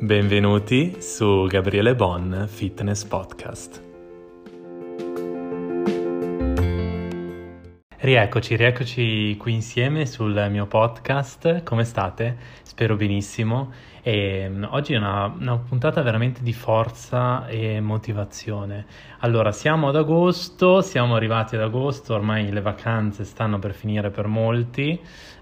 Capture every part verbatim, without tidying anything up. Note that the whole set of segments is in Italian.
Benvenuti su Gabriele Bon Fitness Podcast. Rieccoci, rieccoci qui insieme sul mio podcast. Come state? Spero benissimo. E oggi è una, una puntata veramente di forza e motivazione. Allora, siamo ad agosto, siamo arrivati ad agosto, ormai le vacanze stanno per finire per molti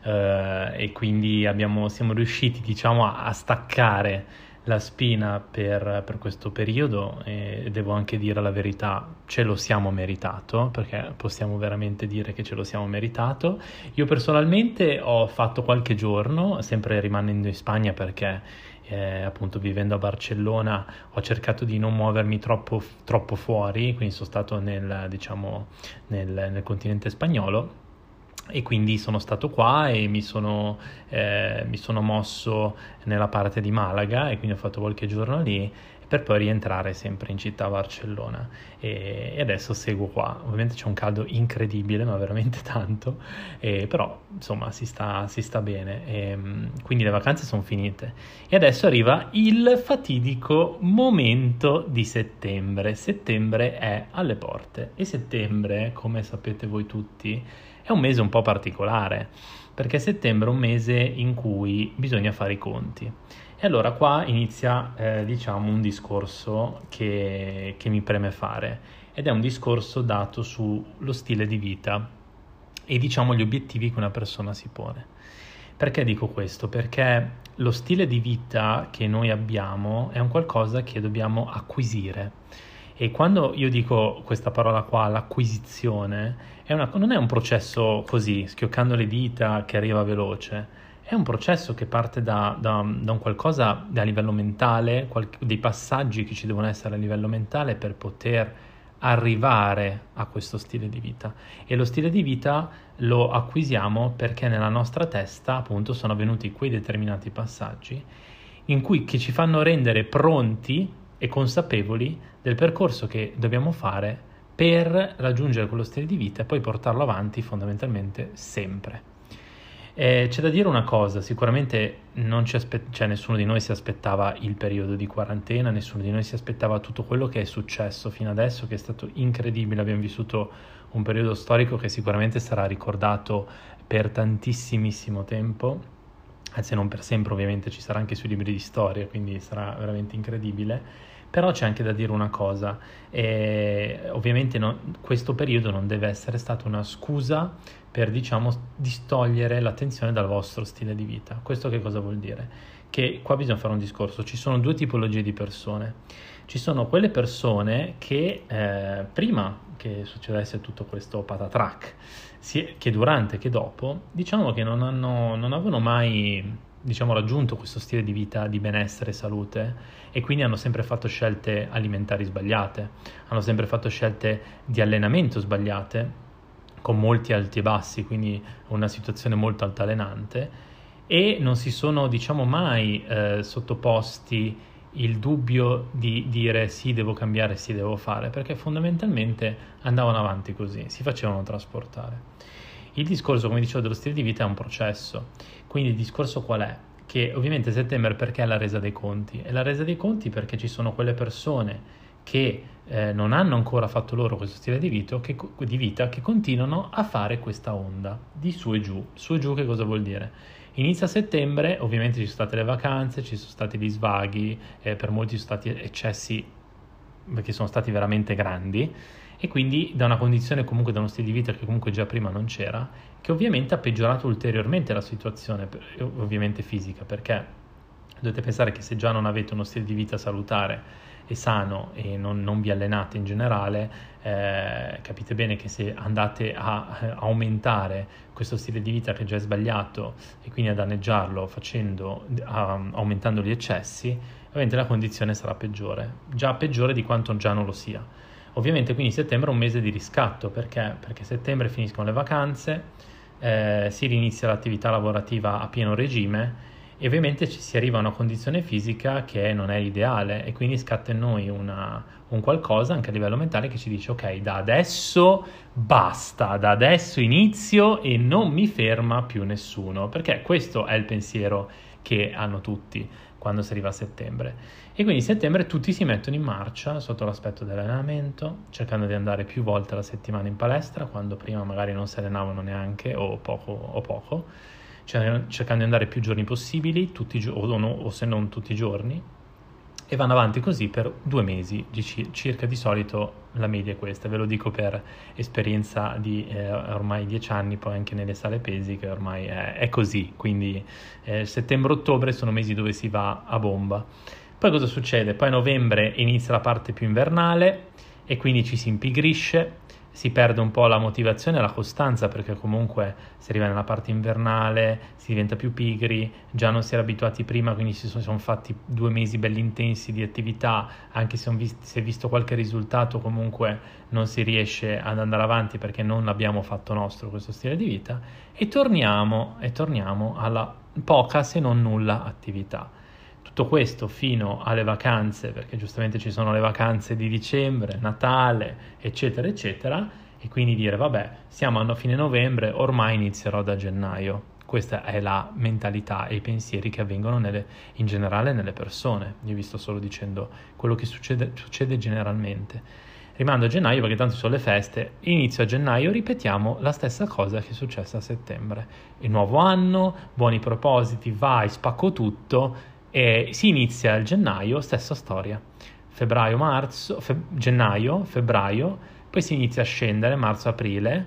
eh, e quindi abbiamo, siamo riusciti, diciamo, a, a staccare la spina per, per questo periodo e devo anche dire la verità, ce lo siamo meritato, perché possiamo veramente dire che ce lo siamo meritato. Io personalmente ho fatto qualche giorno, sempre rimanendo in Spagna perché eh, appunto vivendo a Barcellona ho cercato di non muovermi troppo, troppo fuori, quindi sono stato nel, diciamo, nel, nel continente spagnolo. E quindi sono stato qua e mi sono, eh, mi sono mosso nella parte di Malaga e quindi ho fatto qualche giorno lì per poi rientrare sempre in città Barcellona e, e adesso seguo qua. Ovviamente c'è un caldo incredibile, ma veramente tanto, e, però insomma si sta, si sta bene e, quindi le vacanze sono finite e adesso arriva il fatidico momento di settembre. Settembre è alle porte e settembre, come sapete voi tutti, è un mese un po' particolare, perché settembre è un mese in cui bisogna fare i conti. E allora qua inizia, eh, diciamo, un discorso che, che mi preme fare, ed è un discorso dato sullo stile di vita e, diciamo, gli obiettivi che una persona si pone. Perché dico questo? Perché lo stile di vita che noi abbiamo è un qualcosa che dobbiamo acquisire. E quando io dico questa parola qua, l'acquisizione, è una, non è un processo così, schioccando le dita, che arriva veloce. È un processo che parte da, da, da un qualcosa a livello mentale, qual, dei passaggi che ci devono essere a livello mentale per poter arrivare a questo stile di vita. E lo stile di vita lo acquisiamo perché nella nostra testa, appunto, sono avvenuti quei determinati passaggi in cui che ci fanno rendere pronti e consapevoli del percorso che dobbiamo fare per raggiungere quello stile di vita e poi portarlo avanti fondamentalmente sempre. Eh, c'è da dire una cosa, sicuramente non ci aspe- cioè nessuno di noi si aspettava il periodo di quarantena, nessuno di noi si aspettava tutto quello che è successo fino adesso, che è stato incredibile. Abbiamo vissuto un periodo storico che sicuramente sarà ricordato per tantissimissimo tempo, anzi non per sempre, ovviamente ci sarà anche sui libri di storia, quindi sarà veramente incredibile. Però c'è anche da dire una cosa, eh, ovviamente no, questo periodo non deve essere stato una scusa per, diciamo, distogliere l'attenzione dal vostro stile di vita. Questo che cosa vuol dire? Che qua bisogna fare un discorso, ci sono due tipologie di persone. Ci sono quelle persone che eh, prima che succedesse tutto questo patatrac, sia, che durante che dopo, diciamo che non, hanno, non avevano mai, diciamo, raggiunto questo stile di vita di benessere e salute e quindi hanno sempre fatto scelte alimentari sbagliate, hanno sempre fatto scelte di allenamento sbagliate, con molti alti e bassi, quindi una situazione molto altalenante, e non si sono, diciamo, mai eh, sottoposti il dubbio di dire sì, devo cambiare, sì, devo fare, perché fondamentalmente andavano avanti così, si facevano trasportare. Il discorso, come dicevo, dello stile di vita è un processo, quindi il discorso qual è? Che ovviamente settembre perché è la resa dei conti? È la resa dei conti perché ci sono quelle persone che eh, non hanno ancora fatto loro questo stile di vita, che, di vita che continuano a fare questa onda di su e giù. Su e giù che cosa vuol dire? Inizia settembre, ovviamente ci sono state le vacanze, ci sono stati gli svaghi, eh, per molti sono stati eccessi che sono stati veramente grandi e quindi da una condizione, comunque da uno stile di vita che comunque già prima non c'era, che ovviamente ha peggiorato ulteriormente la situazione, ovviamente fisica, perché dovete pensare che se già non avete uno stile di vita salutare e sano e non, non vi allenate in generale, eh, capite bene che se andate a eh, aumentare questo stile di vita che già è sbagliato e quindi a danneggiarlo facendo, a, aumentando gli eccessi, ovviamente la condizione sarà peggiore, già peggiore di quanto già non lo sia. Ovviamente quindi settembre è un mese di riscatto, perché? Perché settembre finiscono le vacanze, eh, si rinizia l'attività lavorativa a pieno regime E ovviamente ci si arriva a una condizione fisica che non è ideale e quindi scatta in noi una, un qualcosa anche a livello mentale che ci dice ok, da adesso basta, da adesso inizio e non mi ferma più nessuno, perché questo è il pensiero che hanno tutti quando si arriva a settembre. E quindi a settembre tutti si mettono in marcia sotto l'aspetto dell'allenamento, cercando di andare più volte alla settimana in palestra, quando prima magari non si allenavano neanche o poco, o poco, cioè cercando di andare più giorni possibili, tutti, o, no, o se non tutti i giorni, e vanno avanti così per due mesi di c- circa. Di solito la media è questa, ve lo dico per esperienza di eh, ormai dieci anni, poi anche nelle sale pesi, che ormai è, è così, quindi eh, settembre-ottobre sono mesi dove si va a bomba. Poi cosa succede? Poi a novembre inizia la parte più invernale e quindi ci si impigrisce, si perde un po' la motivazione e la costanza, perché comunque si arriva nella parte invernale, si diventa più pigri, già non si era abituati prima, quindi si sono, sono fatti due mesi belli intensi di attività, anche se visto, si è visto qualche risultato, comunque non si riesce ad andare avanti perché non l'abbiamo fatto nostro questo stile di vita, e torniamo, e torniamo alla poca se non nulla attività. Tutto questo fino alle vacanze, perché giustamente ci sono le vacanze di dicembre, Natale, eccetera, eccetera, e quindi dire, vabbè, siamo a fine novembre, ormai inizierò da gennaio. Questa è la mentalità e i pensieri che avvengono nelle, in generale nelle persone. Io vi sto solo dicendo quello che succede, succede generalmente. Rimando a gennaio perché tanto sono le feste, inizio a gennaio ripetiamo la stessa cosa che è successa a settembre. Il nuovo anno, buoni propositi, vai, spacco tutto. E si inizia il gennaio, stessa storia, febbraio, marzo, fe- gennaio, febbraio, poi si inizia a scendere, marzo, aprile,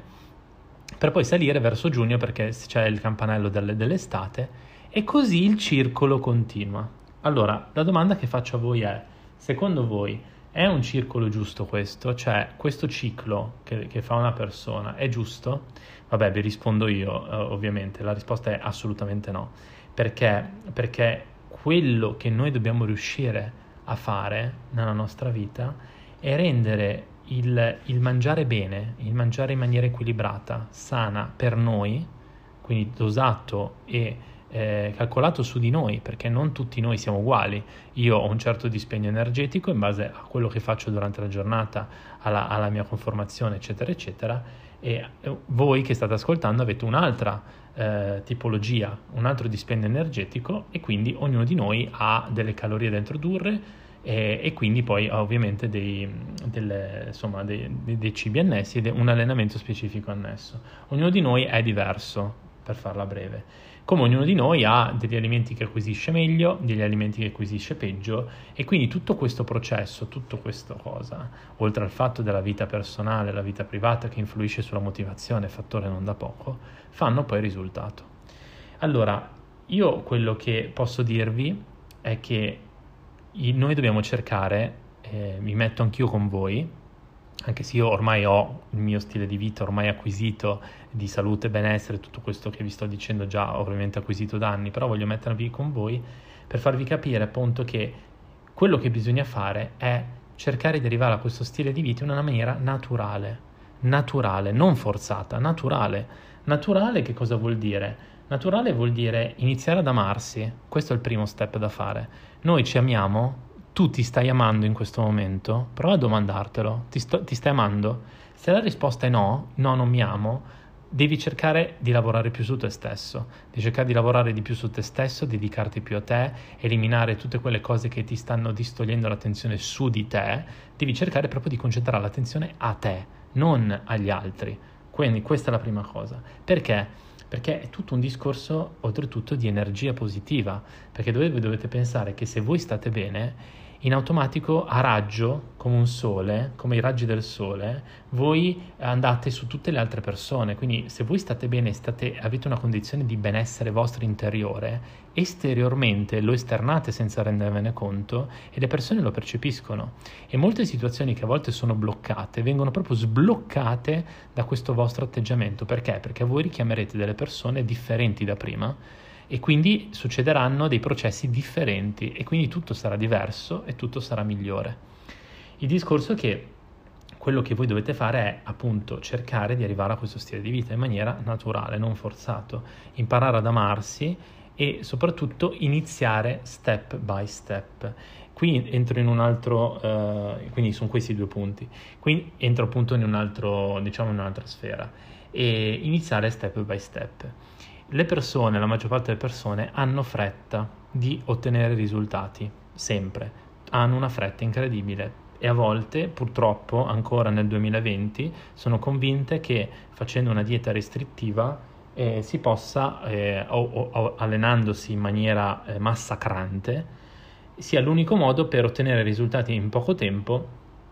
per poi salire verso giugno perché c'è il campanello delle, dell'estate, e così il circolo continua. Allora, la domanda che faccio a voi è, secondo voi è un circolo giusto questo? Cioè, questo ciclo che, che fa una persona è giusto? Vabbè, vi rispondo io, eh, ovviamente, la risposta è assolutamente no. Perché? Perché quello che noi dobbiamo riuscire a fare nella nostra vita è rendere il, il mangiare bene, il mangiare in maniera equilibrata, sana per noi, quindi dosato e eh, calcolato su di noi, perché non tutti noi siamo uguali. Io ho un certo dispendio energetico in base a quello che faccio durante la giornata, alla, alla mia conformazione, eccetera, eccetera, e voi che state ascoltando avete un'altra Eh, tipologia, un altro dispendio energetico, e quindi ognuno di noi ha delle calorie da introdurre e, e quindi poi ha ovviamente dei, delle, insomma, dei, dei, dei cibi annessi ed un allenamento specifico annesso. Ognuno di noi è diverso, per farla breve, come ognuno di noi ha degli alimenti che acquisisce meglio, degli alimenti che acquisisce peggio, e quindi tutto questo processo, tutto questo cosa, oltre al fatto della vita personale, la vita privata che influisce sulla motivazione, fattore non da poco, fanno poi il risultato. Allora, io quello che posso dirvi è che noi dobbiamo cercare, eh, mi metto anch'io con voi, anche se io ormai ho il mio stile di vita ormai acquisito di salute, benessere, tutto questo che vi sto dicendo già ovviamente acquisito da anni, però voglio mettervi con voi per farvi capire appunto che quello che bisogna fare è cercare di arrivare a questo stile di vita in una maniera naturale, naturale, non forzata, naturale. Naturale che cosa vuol dire? Naturale vuol dire iniziare ad amarsi, questo è il primo step da fare. Noi ci amiamo? Tu ti stai amando in questo momento? Prova a domandartelo, ti, sto, ti stai amando? Se la risposta è no, no, non mi amo, devi cercare di lavorare più su te stesso, devi cercare di lavorare di più su te stesso, dedicarti più a te, eliminare tutte quelle cose che ti stanno distogliendo l'attenzione su di te, devi cercare proprio di concentrare l'attenzione a te, non agli altri. Quindi questa è la prima cosa. Perché? Perché è tutto un discorso, oltretutto, di energia positiva, perché voi dovete pensare che se voi state bene, in automatico a raggio, come un sole, come i raggi del sole, voi andate su tutte le altre persone. Quindi se voi state bene, state, avete una condizione di benessere vostro interiore, esteriormente lo esternate senza rendervene conto e le persone lo percepiscono. E molte situazioni che a volte sono bloccate vengono proprio sbloccate da questo vostro atteggiamento. Perché? Perché voi richiamerete delle persone differenti da prima, e quindi succederanno dei processi differenti e quindi tutto sarà diverso e tutto sarà migliore. Il discorso è che quello che voi dovete fare è appunto cercare di arrivare a questo stile di vita in maniera naturale, non forzato, imparare ad amarsi e soprattutto iniziare step by step. Qui entro in un altro, eh, quindi sono questi due punti, qui entro appunto in un altro, diciamo in un'altra sfera, e iniziare step by step. Le persone, la maggior parte delle persone hanno fretta di ottenere risultati, sempre, hanno una fretta incredibile e a volte, purtroppo, ancora nel duemilaventi, sono convinte che facendo una dieta restrittiva eh, si possa, eh, o, o, allenandosi in maniera eh, massacrante, sia l'unico modo per ottenere risultati in poco tempo,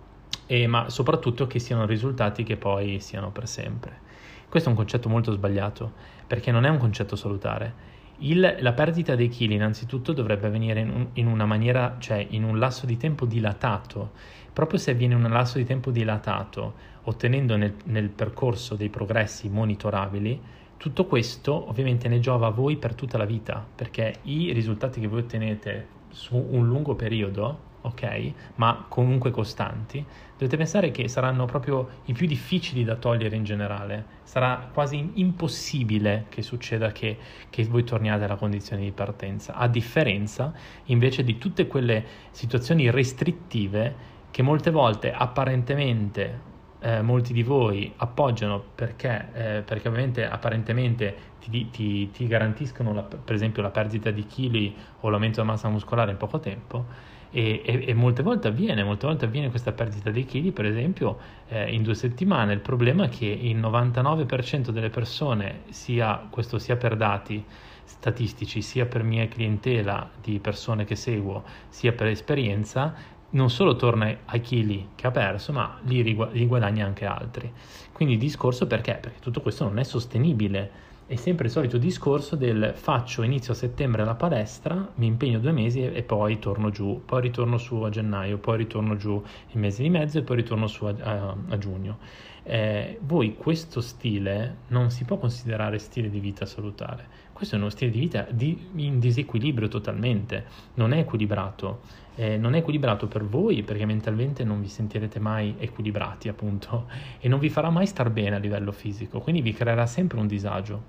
e, ma soprattutto che siano risultati che poi siano per sempre. Questo è un concetto molto sbagliato, perché non è un concetto salutare. Il, la perdita dei chili innanzitutto dovrebbe avvenire in, un, in una maniera, cioè in un lasso di tempo dilatato. Proprio se avviene in un lasso di tempo dilatato, ottenendo nel, nel percorso dei progressi monitorabili, tutto questo ovviamente ne giova a voi per tutta la vita, perché i risultati che voi ottenete su un lungo periodo, ok, ma comunque costanti, dovete pensare che saranno proprio i più difficili da togliere in generale. Sarà quasi impossibile che succeda che, che voi torniate alla condizione di partenza, a differenza invece di tutte quelle situazioni restrittive che molte volte apparentemente eh, molti di voi appoggiano perché, eh, perché ovviamente apparentemente ti, ti, ti garantiscono la, per esempio la perdita di chili o l'aumento della massa muscolare in poco tempo. E, e, e molte volte avviene, molte volte avviene questa perdita dei chili, per esempio, eh, in due settimane. Il problema è che il novantanove per cento delle persone, sia questo sia per dati statistici, sia per mia clientela di persone che seguo, sia per esperienza, non solo torna ai chili che ha perso, ma li, rigu- li guadagna anche altri. Quindi il discorso perché? Perché tutto questo non è sostenibile. È sempre il solito discorso del faccio inizio a settembre la palestra, mi impegno due mesi e, e poi torno giù, poi ritorno su a gennaio, poi ritorno giù il mese di mezzo e poi ritorno su a, a, a giugno. Eh, voi questo stile non si può considerare stile di vita salutare. Questo è uno stile di vita di, in disequilibrio totalmente, non è equilibrato. Eh, non è equilibrato per voi perché mentalmente non vi sentirete mai equilibrati, appunto, e non vi farà mai star bene a livello fisico, quindi vi creerà sempre un disagio.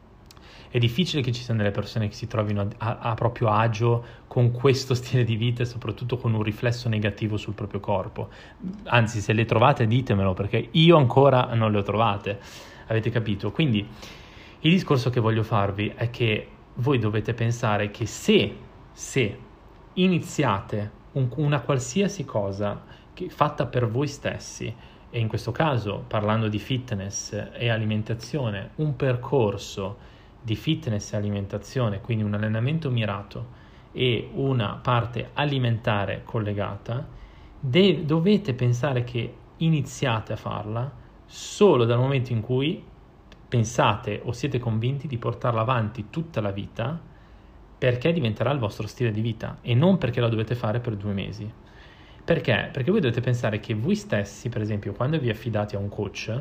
È difficile che ci siano delle persone che si trovino a, a, a proprio agio con questo stile di vita e soprattutto con un riflesso negativo sul proprio corpo. Anzi, se le trovate ditemelo, perché io ancora non le ho trovate, avete capito? Quindi il discorso che voglio farvi è che voi dovete pensare che se, se iniziate un, una qualsiasi cosa che, fatta per voi stessi, e in questo caso parlando di fitness e alimentazione, un percorso di fitness e alimentazione, quindi un allenamento mirato e una parte alimentare collegata, de- dovete pensare che iniziate a farla solo dal momento in cui pensate o siete convinti di portarla avanti tutta la vita, perché diventerà il vostro stile di vita e non perché la dovete fare per due mesi. Perché? Perché voi dovete pensare che voi stessi, per esempio, quando vi affidate a un coach,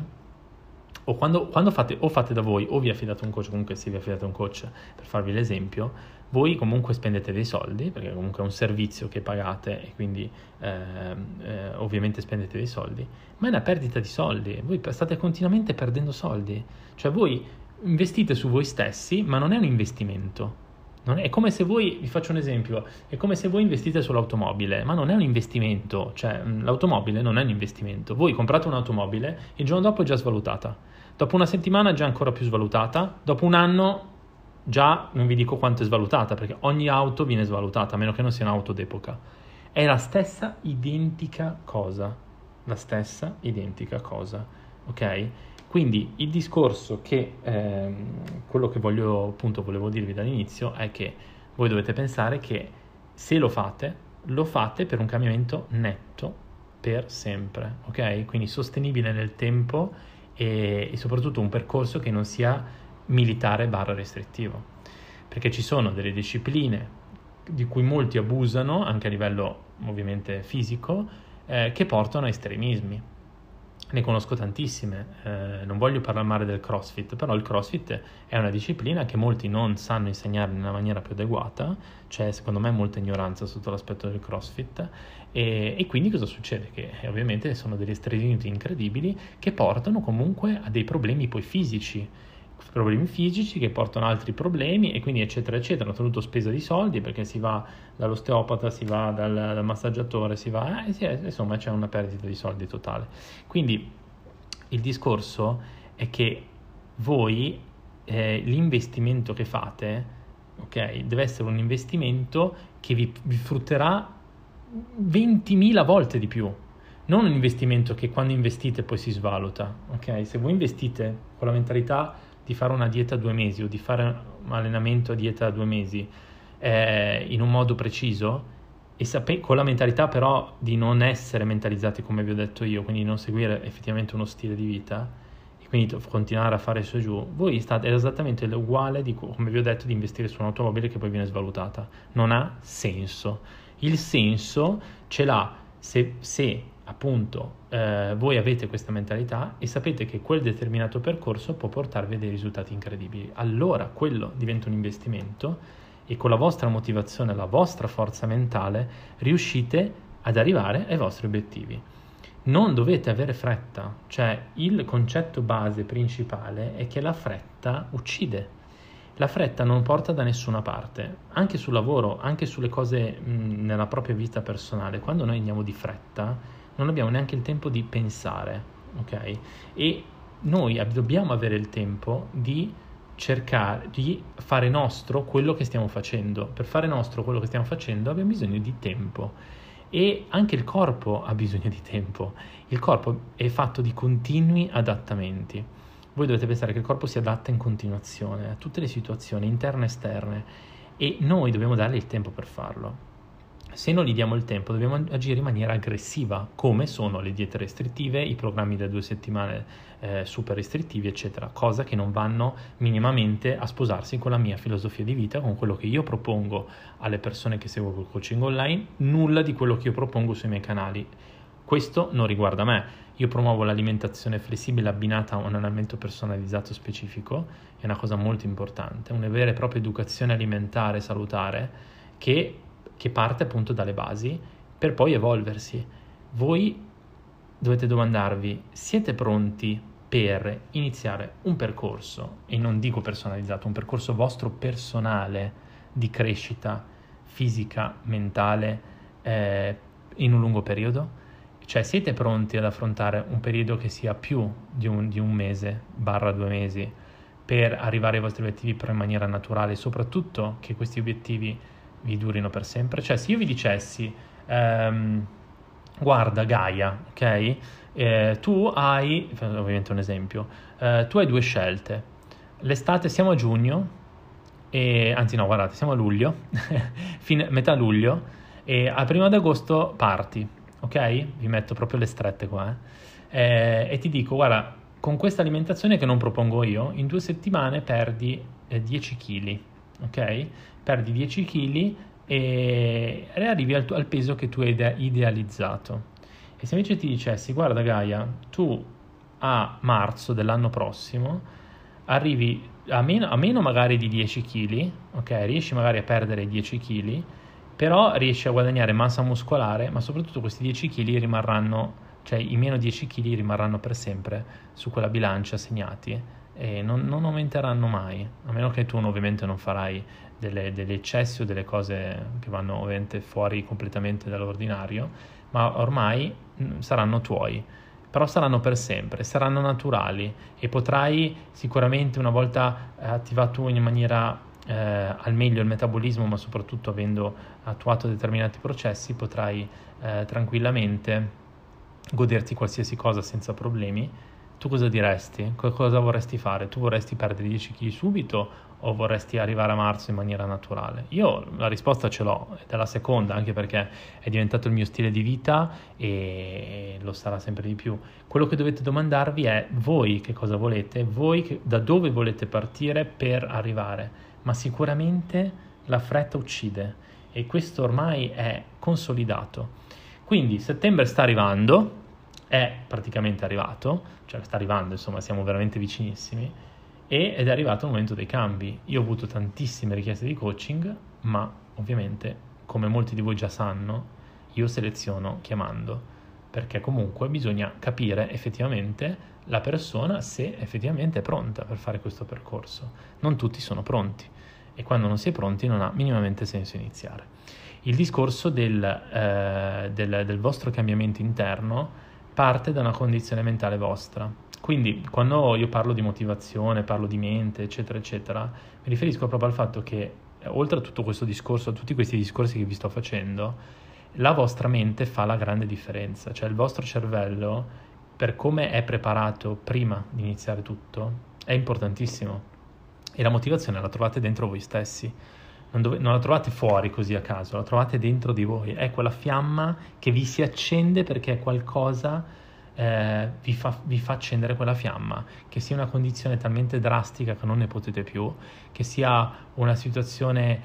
o quando, quando fate o fate da voi o vi affidate a un coach, comunque se vi affidate a un coach, per farvi l'esempio, voi comunque spendete dei soldi, perché comunque è un servizio che pagate e quindi eh, eh, ovviamente spendete dei soldi, ma è una perdita di soldi, voi state continuamente perdendo soldi, cioè voi investite su voi stessi, ma non è un investimento. Non è, è come se voi, vi faccio un esempio, è come se voi investite sull'automobile, ma non è un investimento, cioè l'automobile non è un investimento. Voi comprate un'automobile e il giorno dopo è già svalutata, dopo una settimana è già ancora più svalutata, dopo un anno già non vi dico quanto è svalutata, perché ogni auto viene svalutata, a meno che non sia un'auto d'epoca. È la stessa identica cosa, la stessa identica cosa, ok? Quindi il discorso che, ehm, quello che voglio, appunto, volevo dirvi dall'inizio è che voi dovete pensare che se lo fate, lo fate per un cambiamento netto per sempre, ok? Quindi sostenibile nel tempo e, e soprattutto un percorso che non sia militare barra restrittivo, perché ci sono delle discipline di cui molti abusano, anche a livello ovviamente fisico, eh, che portano a estremismi. Ne conosco tantissime, eh, non voglio parlare male del CrossFit, però il CrossFit è una disciplina che molti non sanno insegnare in una maniera più adeguata, c'è secondo me molta ignoranza sotto l'aspetto del CrossFit e, e quindi cosa succede? Che eh, ovviamente sono degli estremismi incredibili che portano comunque a dei problemi poi fisici, problemi fisici che portano altri problemi e quindi eccetera eccetera, hanno tenuto spesa di soldi perché si va dall'osteopata, si va dal, dal massaggiatore, si va, eh, sì, insomma c'è una perdita di soldi totale. Quindi il discorso è che voi, eh, l'investimento che fate, ok, deve essere un investimento che vi, vi frutterà ventimila volte di più. Non un investimento che quando investite poi si svaluta, ok? Se voi investite con la mentalità di fare una dieta a due mesi o di fare un allenamento a dieta a due mesi eh, in un modo preciso e sape- con la mentalità però di non essere mentalizzati come vi ho detto io, quindi non seguire effettivamente uno stile di vita e quindi to- continuare a fare su e giù, voi state esattamente uguale di come vi ho detto di investire su un'automobile che poi viene svalutata. Non ha senso. Il senso ce l'ha se, se appunto eh, voi avete questa mentalità e sapete che quel determinato percorso può portarvi a dei risultati incredibili. Allora quello diventa un investimento e con la vostra motivazione, la vostra forza mentale riuscite ad arrivare ai vostri obiettivi. Non dovete avere fretta, cioè il concetto base principale è che la fretta uccide. La fretta non porta da nessuna parte, anche sul lavoro, anche sulle cose mh, nella propria vita personale. Quando noi andiamo di fretta non abbiamo neanche il tempo di pensare, ok? E noi ab- dobbiamo avere il tempo di cercare di fare nostro quello che stiamo facendo. Per fare nostro quello che stiamo facendo abbiamo bisogno di tempo e anche il corpo ha bisogno di tempo. Il corpo è fatto di continui adattamenti. Voi dovete pensare che il corpo si adatta in continuazione a tutte le situazioni interne e esterne e noi dobbiamo dargli il tempo per farlo. Se non gli diamo il tempo dobbiamo agire in maniera aggressiva, come sono le diete restrittive, i programmi da due settimane eh, super restrittivi, eccetera, cosa che non vanno minimamente a sposarsi con la mia filosofia di vita, con quello che io propongo alle persone che seguo col coaching online, nulla di quello che io propongo sui miei canali. Questo non riguarda me. Io promuovo l'alimentazione flessibile abbinata a un allenamento personalizzato specifico, è una cosa molto importante, una vera e propria educazione alimentare salutare che, che parte appunto dalle basi per poi evolversi. Voi dovete domandarvi, siete pronti per iniziare un percorso, e non dico personalizzato, un percorso vostro personale di crescita fisica, mentale, eh, in un lungo periodo? Cioè siete pronti ad affrontare un periodo che sia più di un, di un mese, barra due mesi, per arrivare ai vostri obiettivi però in maniera naturale e soprattutto che questi obiettivi vi durino per sempre? Cioè se io vi dicessi, ehm, guarda Gaia, ok? Eh, tu hai, ovviamente un esempio, eh, tu hai due scelte. L'estate siamo a giugno, e, anzi no, guardate, siamo a luglio, fine, metà luglio, e a primo di agosto parti. Ok? Vi metto proprio le strette qua eh? Eh, e ti dico, guarda, con questa alimentazione che non propongo io, in due settimane perdi eh, dieci chili, ok? Perdi dieci chili e, e arrivi al, al peso che tu hai ide- idealizzato. E se invece ti dicessi, guarda Gaia, tu a marzo dell'anno prossimo arrivi a meno, a meno magari di dieci chili, ok? Riesci magari a perdere dieci chili, però riesci a guadagnare massa muscolare, ma soprattutto questi dieci chili rimarranno, cioè i meno dieci chili rimarranno per sempre su quella bilancia segnati e non, non aumenteranno mai, a meno che tu ovviamente non farai delle, degli eccessi o delle cose che vanno ovviamente fuori completamente dall'ordinario, ma ormai mh, saranno tuoi, però saranno per sempre, saranno naturali e potrai sicuramente una volta eh, attivato in maniera Eh, al meglio il metabolismo, ma soprattutto avendo attuato determinati processi potrai eh, tranquillamente goderti qualsiasi cosa senza problemi. Tu cosa diresti? Cosa vorresti fare? Tu vorresti perdere dieci chili subito o vorresti arrivare a marzo in maniera naturale? Io la risposta ce l'ho, ed è la seconda, anche perché è diventato il mio stile di vita e lo sarà sempre di più. Quello che dovete domandarvi è voi che cosa volete, voi che, da dove volete partire per arrivare. Ma sicuramente la fretta uccide e questo ormai è consolidato. Quindi settembre sta arrivando, è praticamente arrivato, cioè sta arrivando, insomma siamo veramente vicinissimi e, ed è arrivato il momento dei cambi. Io ho avuto tantissime richieste di coaching, ma ovviamente, come molti di voi già sanno, io seleziono chiamando, perché comunque bisogna capire effettivamente la persona se effettivamente è pronta per fare questo percorso. Non tutti sono pronti e quando non si è pronti non ha minimamente senso iniziare. Il discorso del, eh, del, del vostro cambiamento interno parte da una condizione mentale vostra. Quindi quando io parlo di motivazione, parlo di mente, eccetera, eccetera, mi riferisco proprio al fatto che oltre a tutto questo discorso, a tutti questi discorsi che vi sto facendo, la vostra mente fa la grande differenza. Cioè il vostro cervello, per come è preparato prima di iniziare tutto, è importantissimo. E la motivazione la trovate dentro voi stessi. Non, dove, non la trovate fuori così a caso, la trovate dentro di voi. È quella fiamma che vi si accende perché qualcosa eh, vi, fa, vi fa accendere quella fiamma. Che sia una condizione talmente drastica che non ne potete più, che sia una situazione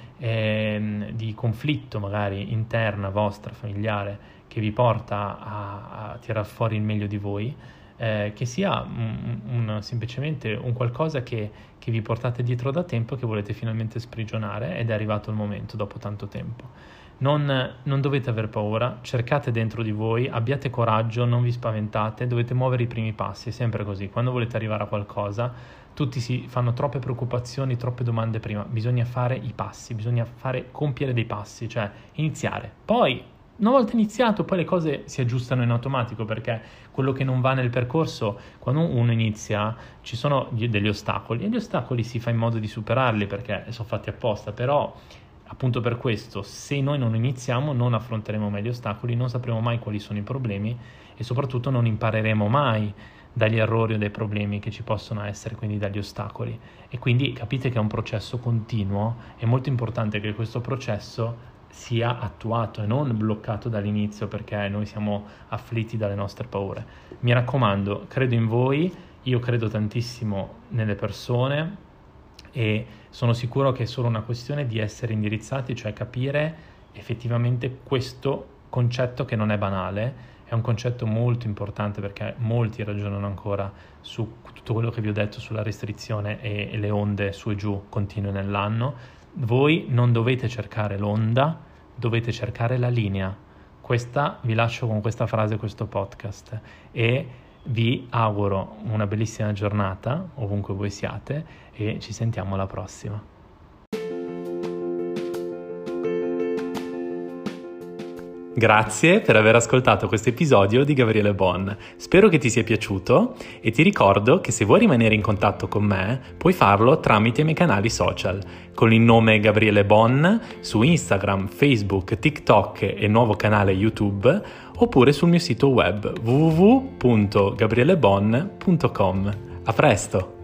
eh, di conflitto magari interna, vostra, familiare, che vi porta a, a tirar fuori il meglio di voi, eh, che sia un, un, semplicemente un qualcosa che, che vi portate dietro da tempo e che volete finalmente sprigionare ed è arrivato il momento dopo tanto tempo. Non, non dovete aver paura, cercate dentro di voi, abbiate coraggio, non vi spaventate, dovete muovere i primi passi, è sempre così. Quando volete arrivare a qualcosa, tutti si fanno troppe preoccupazioni, troppe domande prima, bisogna fare i passi, bisogna fare, compiere dei passi, cioè iniziare. Poi, una volta iniziato, poi le cose si aggiustano in automatico, perché quello che non va nel percorso, quando uno inizia, ci sono degli ostacoli, e gli ostacoli si fa in modo di superarli, perché sono fatti apposta, però appunto per questo, se noi non iniziamo, non affronteremo mai gli ostacoli, non sapremo mai quali sono i problemi e soprattutto non impareremo mai dagli errori o dai problemi che ci possono essere, quindi dagli ostacoli. E quindi capite che è un processo continuo, è molto importante che questo processo sia attuato e non bloccato dall'inizio perché noi siamo afflitti dalle nostre paure. Mi raccomando, credo in voi, io credo tantissimo nelle persone e sono sicuro che è solo una questione di essere indirizzati, cioè capire effettivamente questo concetto che non è banale, è un concetto molto importante perché molti ragionano ancora su tutto quello che vi ho detto sulla restrizione e, e le onde su e giù continue nell'anno. Voi non dovete cercare l'onda, dovete cercare la linea. Questa vi lascio con questa frase, questo podcast, e vi auguro una bellissima giornata ovunque voi siate e ci sentiamo alla prossima. Grazie per aver ascoltato questo episodio di Gabriele Bon. Spero che ti sia piaciuto e ti ricordo che se vuoi rimanere in contatto con me puoi farlo tramite i miei canali social con il nome Gabriele Bon su Instagram, Facebook, TikTok e il nuovo canale YouTube oppure sul mio sito web w w w punto gabriele bon punto com. A presto!